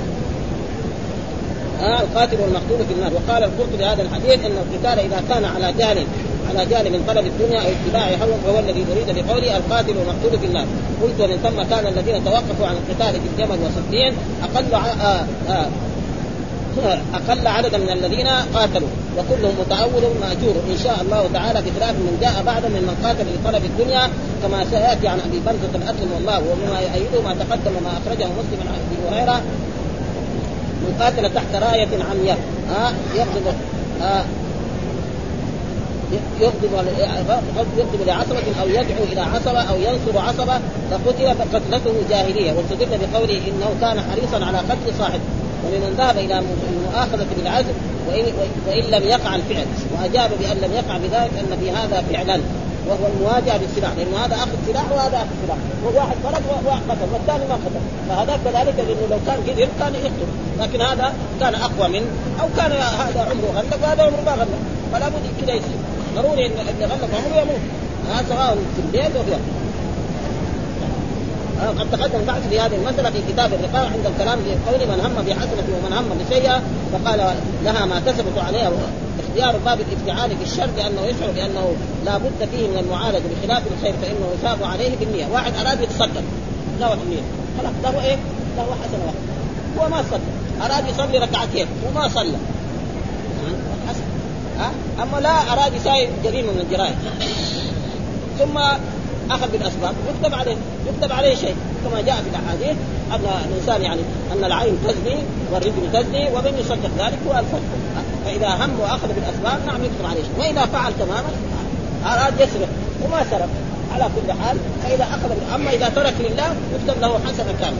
آه القاتل والمقتول في النار. وقال القرطبي هذا الحديث ان القتال اذا كان على جهل على جانب من طلب الدنيا أو اتباع هوى وهو الذي يريد بقوله القاتل ومقتول في النار. قلت ومن ثم كان الذين توقفوا عن القتال في الجمل وصفين أقل آه آه أقل عددا من الذين قاتلوا وكلهم متعود مأجور إن شاء الله تعالى بخلاف من جاء بعد من من قاتل لطلب الدنيا كما سيأتي عن أبي برزة الأسلم والله. ومما يؤيده ما تقدم ما أخرجه مسلم عن أبي هريرة من قاتل تحت راية عمياء آه يغضب آه يغضب يغضب لعصبة أو يدعو إلى عصبة أو ينصر عصبة فقتل فقتلته جاهلية. واستدل بقوله إنه كان حريصا على قتل صاحبه. ومن ذهب إلى المؤاخذة بالعزم وإن, وإن لم يقع الفعل وأجاب بأن لم يقع بذلك أن في هذا فعلا وهو المواجهة بالسلاح لأن هذا أخذ سلاح وهذا أخذ سلاح وواحد فرد وواحد قتل والثاني ما قتل فهذا كذلك لأنه لو كان قدر كان يقتل لكن هذا كان أقوى منه أو كان هذا عمره غلق وهذا عمره ما غلق فلا بد كده يصير ضروري أن غلق عمره يموت هذا سواء في البيت وفي قد تقدم بعض في هذه المسألة في كتاب الرقاق عند الكلام في قول من هم بحسنة ومن هم بسيئة فقال لها ما كسبت عليها اختيار باب الافتعال في الشر لأنه يشعر بأنه لا بد فيه من المعالجة بخلاف الخير فإنه يثاب عليه بالنية. واحد أراد يتصدق زاوت النية خلاص له إيه له حسنة واحد هو ما صدق أراد يصلي ركعتين وما صلى حسن ها أما لا أراد يساوي جريمة من الجرائم ثم أخذ بالأسباب يكتب عليه يكتب عليه شيء كما جاء في الأحاديث أن الإنسان يعني أن العين تزني والرجل تزني ومن يصدق ذلك هو الفسق. فإذا هم وأخذ بالأسباب نعم يكتب عليه شيء. وإذا فعل تماما أراد يسرق وما سرق على كل حال فإذا أخذ. أما إذا ترك لله يكتب له حسنة كاملة.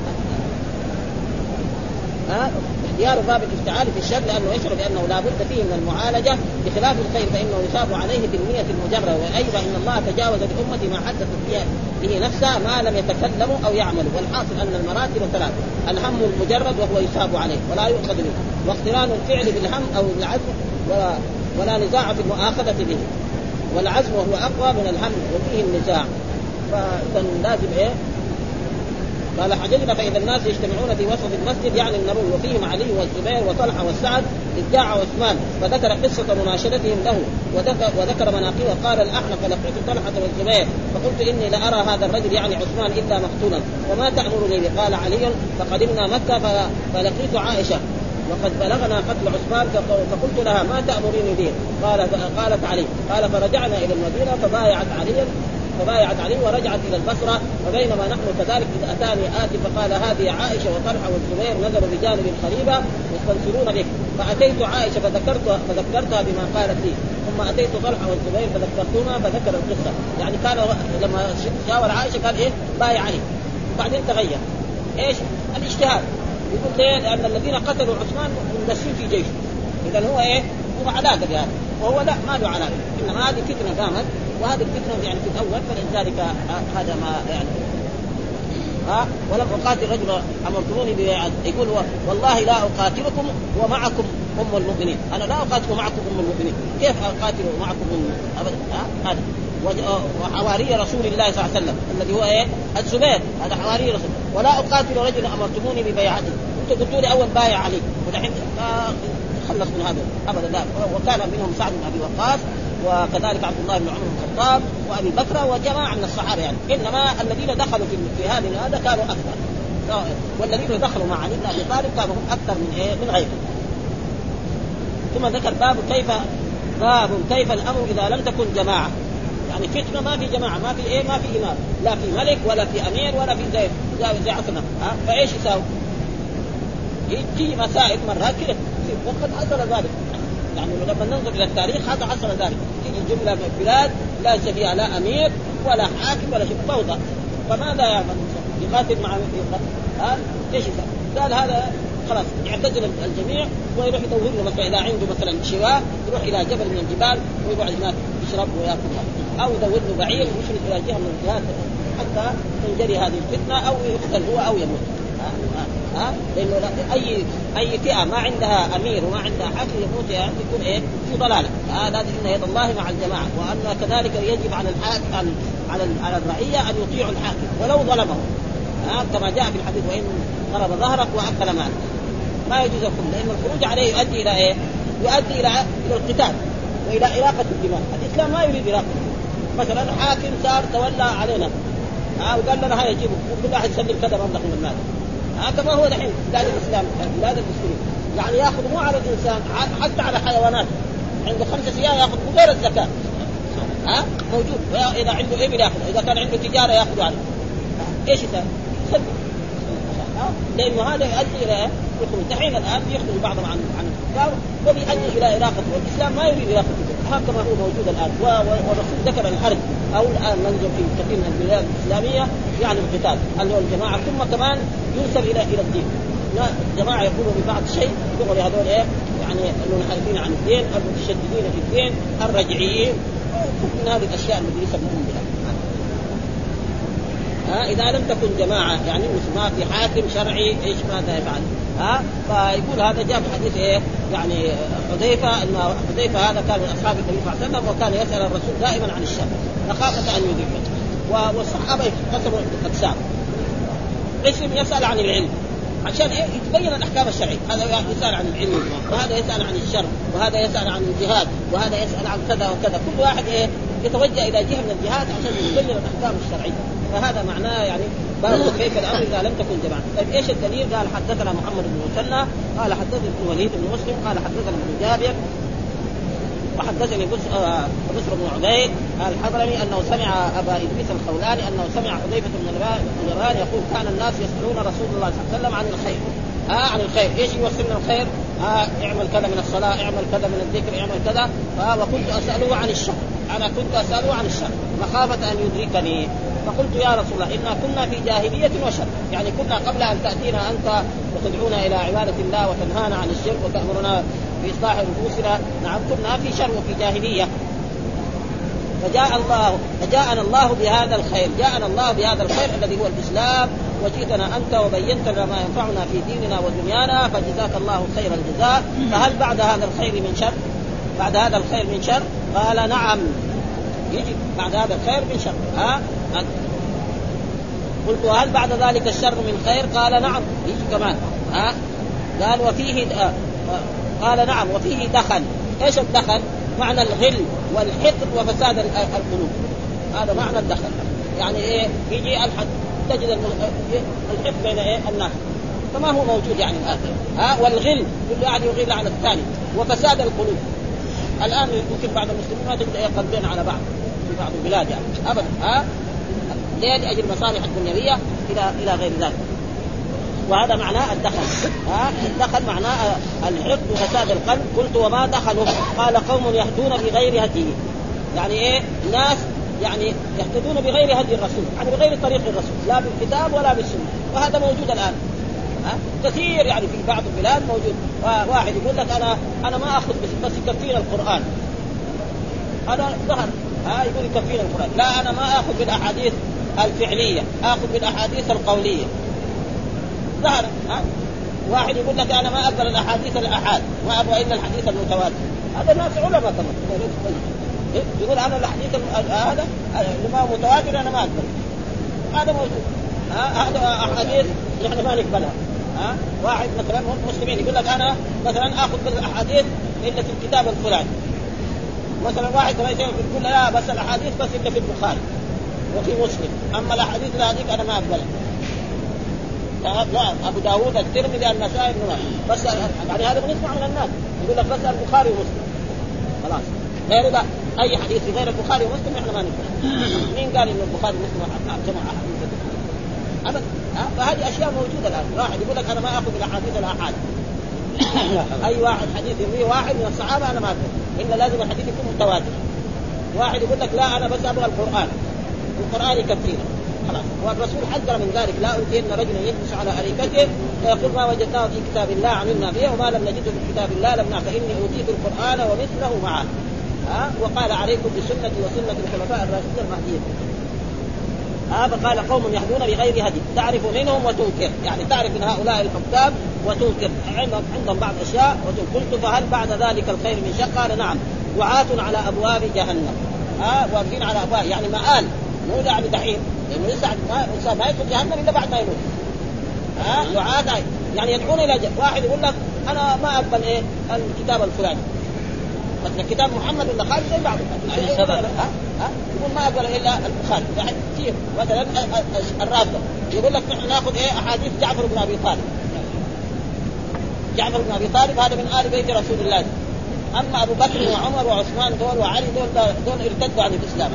ها اختيار باب الافتعال في الشر لأنه يشعر بأنه لا بد فيه من المعالجة بخلاف الخير فإنه يثاب عليه بالنية المجردة. وأيضا إن الله تجاوز لأمتي ما حدث به نفسه ما لم يتكلموا أو يعملوا. والحاصل أن المراتب ثلاث الهم المجرد وهو يثاب عليه ولا يؤخذ منه واقتران الفعل بالهم أو العزم ولا, ولا نزاع في المؤاخذة به والعزم وهو أقوى من الهم وفيه النزاع. فإذا لازم إيه قال حججنا فإذا الناس يجتمعون في وسط المسجد يعني النبوي وفيهم علي والزبير وطلحة والسعد إذ جاء عثمان فذكر قصة مناشدتهم له وذكر, وذكر مناقبه. قال الأحنف فلقيت طلحة والزبير فقلت إني لأرى هذا الرجل يعني عثمان إلا مقتولا وما تأمرني به؟ قال علي فقدمنا مكة فلقيت عائشة وقد بلغنا قتل عثمان فقلت لها ما تأمريني به؟ قال قالت علي. قال فرجعنا إلى المدينة فبايعت علي فبايعت علي ورجعت إلى البصرة. وبينما نحن كذلك إذ أتاني آتي فقال هذه عائشة وطلحة والزبير نزلوا بجانب الخليفة يستنصرون بك فأتيت عائشة فذكرت فذكرتها بما قالت لي ثم أتيت طلحة والزبير فذكرتهما فذكر القصة. يعني كان لما شاور عائشة قال إيه بايع علي وبعدين تغير إيش الاجتهاد يقول ليه لأن الذين قتلوا عثمان مندسين في جيشه إذا هو إيه هو علاقة بهذا وهو لا ما له علاقة إنما هذه فتنة قامت وهذه الفتنة يعني في الأول فلذلك هذا ما يعني ها ولم أقاتل رجل أمرتموني بيعد يقول هو والله لا أقاتلكم ومعكم أم المؤمنين أنا لا أقاتل معكم أم المؤمنين كيف أقاتل معكم أم أبدا ها هذا وحواري رسول الله صلى الله عليه وسلم الذي هو إيه الزبير هذا حواري رسول ولا أقاتل رجل أمرتموني ببيعته أنتم قلتوا لي أول بايع علي ودحين خلص من هذا أبدا لا. وكان منهم سعد بن أبي وقاص وكذلك عبد الله بن عمر بن الخطاب وأبي بكر وجماعة من الصحابة يعني إنما الذين دخلوا في في هذه هذا كانوا أكثر والذين دخلوا مع علي بن أبي طالب كانوا هم أكثر من إيه من غيره. ثم ذكر باب كيف باب كيف الأمر إذا لم تكن جماعة يعني فتنة ما في جماعة ما في إيه ما في إمام لا في ملك ولا في أمير ولا في زي زي عصنا ها فإيش يساوي يجي مسائل مرات كده وقد حصل ذلك يعني لما ننظر إلى التاريخ هذا حصل ذلك تيجي الجملة من بلاد لا فيها لا أمير ولا حاكم ولا شيء فوضى فماذا يعمل يقاتل مع ها ايش يسوي؟ قال هذا خلاص يعتزل الجميع ويروح يدور له مثلا إذا عنده مثلا شواء يروح إلى جبل من الجبال ويقعد هناك يشرب ويأكل أو يدور له بعير ويشرب إلى جهة من الجهات حتى تنجري هذه الفتنة أو يقتل هو أو يموت. ها ها لأنه أي أي فئة ما عندها أمير وما عندها حاكم يموت يعني يكون إيه في ضلالة. هذا إن يد الله مع الجماعة وأن كذلك يجب على الحاكم على على الرعية أن يطيعوا الحاكم ولو ظلمه ها كما جاء في الحديث وإن ضرب ظهرك وأكل مالك ما يجوز لكم لأن الخروج عليه يؤدي إلى إيه؟ يؤدي إلى إلى القتال والى اراقه الدماء. الاسلام ما يريد اراقه. مثلا حاكم صار تولى علينا ها وقال لنا هاي يجيبوا كل واحد يسلم كذا مبلغ من المال. هذا ما هو دحين بلاد الاسلام بلاد المسلمين يعني ياخذ مو على الانسان حتى على حيوانات عنده خمسة سيارة ياخذ غير الزكاة ها موجود. اذا عنده ابل ياخذ، اذا كان عنده تجارة ياخذ عليه. ايش يسوي؟ ها لانه هذا يؤدي الى دحين الان يخرج بعضهم عن عن الكفار وبيؤدي الى اراقه. والاسلام ما يريد اراقه هكذا هو موجود الان. والرسول ذكر الحرب او الان ننظر في كثير من البلاد الاسلاميه يعني القتال اللي هو الجماعه ثم كمان ينسب الى الى الدين. جماعه يقولوا ببعض شيء يقولوا هذول ايه يعني المنحرفين عن الدين، المتشددين في الدين، الرجعيين، من هذه الاشياء التي يسمون بها. ها إذا لم تكن جماعة يعني مسلمات في حاكم شرعي إيش ماذا يفعل؟ ها فيقول هذا جاء في حديث إيه يعني حذيفة أن حذيفة هذا كان من أصحاب النبي صلى الله عليه وسلم وكان يسأل الرسول دائما عن الشر مخافة أن يدركه. والصحابة يقسموا أقسام. قسم يسأل عن العلم عشان إيه يتبين الأحكام الشرعية، هذا يسأل عن العلم وهذا يسأل عن الشر وهذا يسأل عن الجهاد وهذا يسأل عن كذا وكذا. كل واحد إيه يتوجه إلى جهة من الجهات عشان يبين الأحكام الشرعية. فهذا معناه يعني بارك كيف الامر اذا لم تكن جماعه. طيب ايش الدليل؟ قال حدثنا محمد بن مثنى قال حدثني ابن وليد بن مسلم قال حدثنا ابن جابر وحدثني بصر بن عبيد الحضرمي انه سمع ابا ادريس الخولاني انه سمع حذيفه بن اليمان يقول كان الناس يسالون رسول الله صلى الله عليه وسلم عن الخير. ها عن الخير ايش يوصلنا الخير؟ ها اعمل كذا من الصلاه، اعمل كذا من الذكر، اعمل كذا. وكنت اساله عن الشر، انا كنت اساله عن الشر مخافه ان يدركني. فقلت يا رسول الله إنا كنا في جاهلية وشر، يعني كنا قبل أن تأتينا أنت وتدعونا إلى عبادة الله وتنهانا عن الشرك وتأمرنا بإصلاح نفوسنا. نعم كنا في شر وفي جاهلية. فجاء الله فجاءنا الله بهذا الخير، جاءنا الله بهذا الخير الذي هو الإسلام وجئتنا أنت وبينت لنا ما ينفعنا في ديننا ودنيانا فجزاك الله خير الجزاء. فهل بعد هذا الخير من شر؟ بعد هذا الخير من شر؟ قال نعم يجي بعد هذا الخير من شر. ها قلت وهل بعد ذلك الشر من خير؟ قال نعم يجي كمان. ها قال وفيه آه. قال نعم وفيه دخل. ايش الدخل؟ معنى الغل والحقد وفساد القلوب. هذا معنى الدخل. يعني ايه يجي الحد تجد الحقد بين ايه الناس فما هو موجود يعني الآن. ها والغل كل واحد يغل على الثاني وفساد القلوب. الان يمكن بعض المسلمين ما تبدا يقلبون على بعض في بعض البلاد يعني ابدا. ها ليه؟ لاجل مصالح الدنيويه الى الى غير ذلك. وهذا معناه الدخل. ها الدخل معناه الحقد وفساد القلب. قلت وما دخلوا؟ قال قوم يهدون بغير هديه. يعني ايه؟ ناس يعني يهتدون بغير هدي الرسول، يعني بغير طريق الرسول لا بالكتاب ولا بالسنه. وهذا موجود الان ها كثير يعني في بعض البلاد موجود. واحد يقول لك انا انا ما اخذ بس يكفينا القران. هذا ظهر ها يقول يكفينا القران. لا انا ما اخذ بالاحاديث الفعليه، اخذ بالاحاديث القوليه. ظهر ها واحد يقول لك انا ما اقبل الاحاديث الاحاد، ما ابغى الا الحديث المتواتر. هذا ناس علماء كمان يقول انا الحديث هذا لما متواتر انا ما اقبل. هذا موجود. ها هذا احاديث نحن ما نقبلها. ها واحد مثلا مسلمين يقول لك انا مثلا اخذ بالاحاديث الا في الكتاب الفلاني. مثلا واحد يقول لا بس الاحاديث بس الا في البخاري وفي مسلم، اما الاحاديث هذيك انا ما اقبلها. لا أبو داود الترمذي النسائي بس يعني هذا بنسمع من الناس يقول لك بس البخاري ومسلم خلاص. غير ذا أي حديث غير البخاري ومسلم إحنا ما نقبل. مين قال إن البخاري ومسلم جمع أحاديث أبدا؟ فهذه أشياء موجودة الآن. واحد يقول لك أنا ما أخذ الأحاديث الأحاد. أي واحد حديث يرويه واحد من الصحابة أنا ما أقبل، إن لازم الحديث يكون متواتر. واحد يقول لك لا أنا بس أبغى القرآن، القرآن يكفينا خلاص. والرسول حذر من ذلك لا أوتين رجلا يجلس على أريكته فيقول ما وجدناه في كتاب الله عملنا به وما لم نجده في كتاب الله لم نعرف فإني أوتيت القرآن ومثله معه. ها وقال عليكم بسنتي وسنة الخلفاء الراشدين المهديين. هذا قال قوم يهدون بغير هدي تعرف منهم وتنكر، يعني تعرف من هؤلاء الحكام وتنكر عندهم عندهم بعض أشياء وتنكر. فهل بعد ذلك الخير من شر؟ قال نعم دعاة على أبواب جهنم. ها واقفين على أبواب يعني مآل مو يعني دحين لأنه لسه ما ما يدخل جهنم إلا بعد ما يموت. ها دعاة يعني يدعون إلى جهنم. واحد يقول لك أنا ما أقبل إيه الكتاب الفلاني مثلا كتاب محمد ولا خالد زي بعض يعني سبب ها ها يقول ما أقبل إلا البخاري يعني كثير. مثلا الرافضة يقول لك نحن نأخذ إيه أحاديث جعفر بن أبي طالب. جعفر بن أبي طالب هذا من آل بيت رسول الله. أما أبو بكر وعمر وعثمان دول وعلي دول دول ارتدوا عن الإسلام.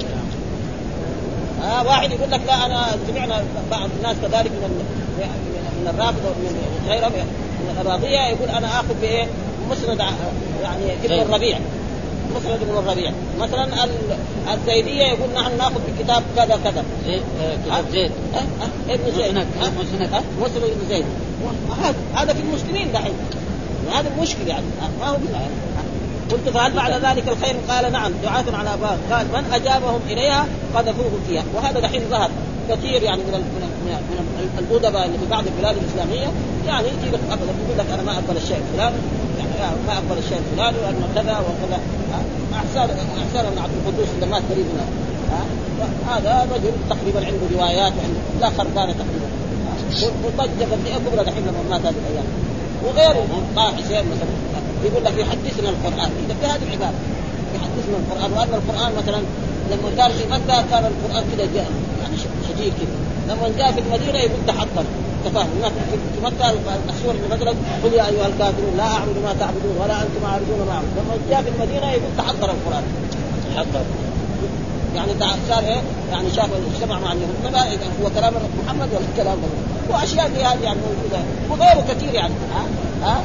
آه واحد يقول لك لا أنا سمعنا بعض الناس كذلك من من الرافضة ومن غيرهم من الأراضية يقول أنا آخذ بإيه مسند يعني ابن الربيع مسند ابن الربيع. مثلا الزيدية يقول نحن نأخذ بكتاب كذا كذا زيد كتاب زيد ابن زيد مسند مسند ابن زيد. هذا في المسلمين دحين هذا المشكلة يعني ما هو بالله. قلت فهل بعد ذلك الخير؟ قال نعم دعاة على أبواب. قال من أجابهم إليها قذفوه فيها. وهذا دحين ظهر كثير يعني من من من الأدباء اللي في بعض البلاد الإسلامية يعني يجي لك أبدا يقول لك أنا ما أقبل الشيء الفلاني يعني ما أقبل الشيء الفلاني وأنه كذا وكذا. أحسن أحسن من عبد القدوس اللي مات قريبنا هذا رجل تقريبا عنده روايات وعنده لا خربانة تقريبا وضجة بدئة كبرى دحين لما مات هذه الأيام. وغيره طه حسين مثلا يقول لك يحدثنا القرآن. إذا في هذه العبارة يحدثنا القرآن وأن القرآن مثلا لما كان في مكة كان القرآن كده جاء يعني شديد كده. لما جاء في المدينة يقول تحطم تفاهم. في مكة السورة مثلا قل يا أيها الكافرون لا أعبد ما تعبدون ولا أنتم عابدون ما أعبد. لما جاء في المدينة يقول تحضر القرآن تحضر يعني صار إيه يعني شاف اجتمع مع اليهود ما إذا هو كلام محمد ولا كلام الله. وأشياء دي هذه يعني موجودة وغيره كثير يعني ها ها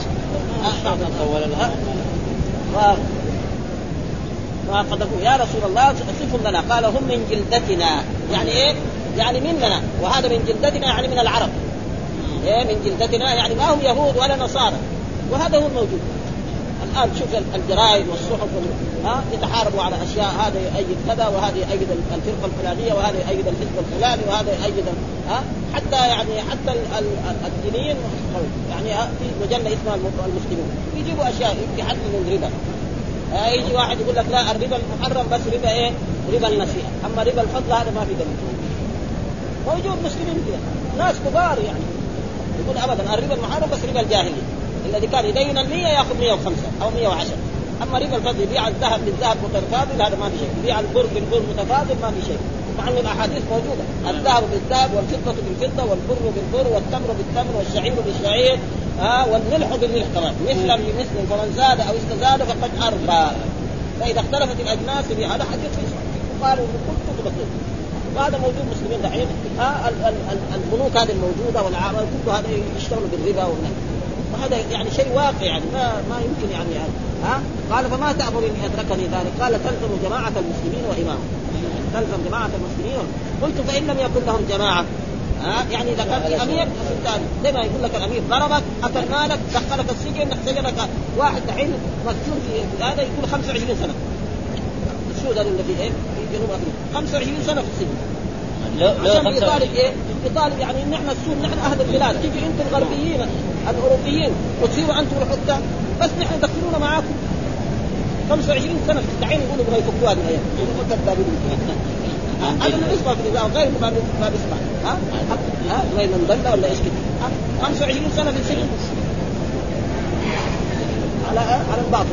ها فقدموا يا رسول الله صفهم لنا. قال هم من جلدتنا يعني إيه يعني مننا. وهذا من جلدتنا يعني من العرب إيه من جلدتنا يعني ما هم يهود ولا نصارى. وهذا هو الموجود الآن. شوف الجرائد والصحف ها يتحاربوا على أشياء هذا يؤيد كذا وهذا يؤيد الفرقة الفلانية وهذا يؤيد الحزب الفلاني وهذا يؤيد ها حتى يعني حتى الدينيين يعني في مجلة اسمها المسلمون يجيبوا أشياء يحللوا الربا. يجي واحد يقول لك لا الربا المحرم بس ربا إيه ربا النسيئة أما ربا الفضل هذا ما في دليل. موجود مسلمين كده ناس كبار يعني يقول أبدا الربا المحرم بس ربا الجاهلية الذي كان يدين المية يأخذ مية وخمسة أو مية وعشرة. أما ربا الفضل يبيع الذهب بالذهب متفاضل هذا ما في شيء. يبيع البر بالبر متفاضل ما في شيء. مع أن الأحاديث موجودة الذهب بالذهب والفضة بالفضة والبر بالبر والتمر بالتمر والشعير بالشعير آه والملح بالملح كمان مثلا بمثل فمن زاد أو استزاد فقد أربى. فإذا اختلفت الأجناس بهذا حديث في البخاري وكل كتب الطب. وهذا موجود مسلمين دحين آه البنوك هذه الموجودة والعامل كل هذا يشتغلوا بالربا والنهي. وهذا يعني شيء واقع يعني ما ما يمكن يعني ها قال فما تأمرني أدركني ذلك؟ قال تلزم جماعة المسلمين وإمامهم. تلزم جماعة المسلمين. قلت فإن لم يكن لهم جماعة ها يعني إذا كان في أمير زي ما يقول لك الأمير ضربك أكل مالك دخلك السجن سجنك واحد دحين مسجون في هذا يقول خمسة وعشرين سنة. السود هذا اللي في إيه في جنوب أفريقيا خمسة وعشرين سنة في السجن. عشان يطالب إيه يطالب يعني إن إحنا السود نحن أهل البلاد تيجي أنتم الغربيين الأوروبيين وتصيروا أنتم الحكام بس نحن دخلونا معاكم خمسة وعشرين سنة في التعيين يقولوا بغا يفكوا هذه الأيام يقولوا كذابين. هذا اللي يسمع في الإذاعة غير ما بيسمع ها ها غير من ضل ولا إيش كده خمسة وعشرين سنة في السجن على على الباطل.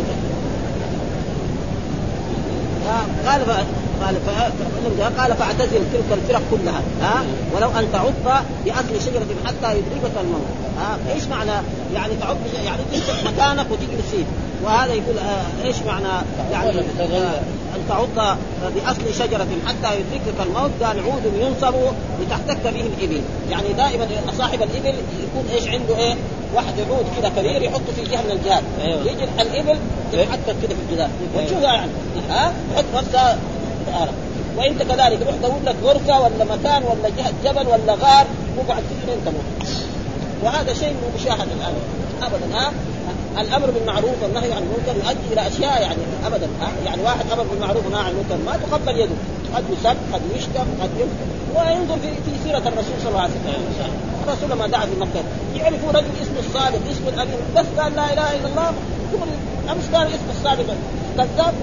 قال ف... قال ف... قال فاعتزل تلك الفرق كلها ها ولو ان تعض باصل شجره حتى يدركك الموت. ها ايش معنى يعني تعض يعني تمسك مكانك وتجلس فيه. وهذا يقول آه ايش معنى يعني آه ان تعض باصل شجره حتى يدركك الموت. قال عود ينصب لتحتك به الابل. يعني دائما صاحب الابل يكون ايش عنده ايه واحد عود كذا كبير يحطه في جهه من الجهات يجي الابل تتحكك كده في الجدار وتشوفها يعني ها حط نفسها تعرف. وانت كذلك روح دور لك غرفه ولا مكان ولا جهه جبل ولا غار وقعد فيه انت موت. وهذا شيء مشاهد الان ابدا. ها الامر بالمعروف والنهي عن المنكر يؤدي الى اشياء يعني ابدا. ها يعني واحد امر بالمعروف ونهى عن المنكر ما تقبل يده قد يسب قد يشتم قد ينكر. وينظر في, في سيره الرسول صلى الله عليه وسلم. الرسول لما دعا في مكه يعرفوا رجل اسمه الصادق اسمه الامين بس قال لا اله الا الله امس كان اسمه الصادق كذاب.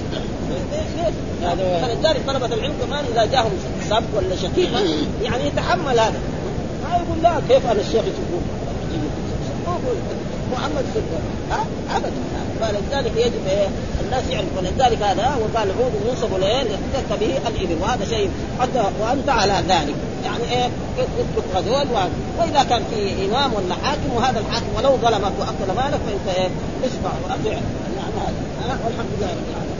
فلذلك طلبة العلم كمان إذا جاءهم سب ولا شتيمة يعني يتحمل هذا ما يقول لا كيف أنا الشيخ يقول محمد سلطة ها أبدا. فلذلك يجب إيه الناس يعرف. ولذلك هذا وقال عود ينصب له يحتك به الإبل، وهذا شيء حتى وأنت على ذلك يعني إيه اترك هذول. وإذا كان في إمام ولا حاكم وهذا الحاكم ولو ظلمك وأكل مالك فأنت إيه اسمع وأطيع. يعني هذا والحمد لله.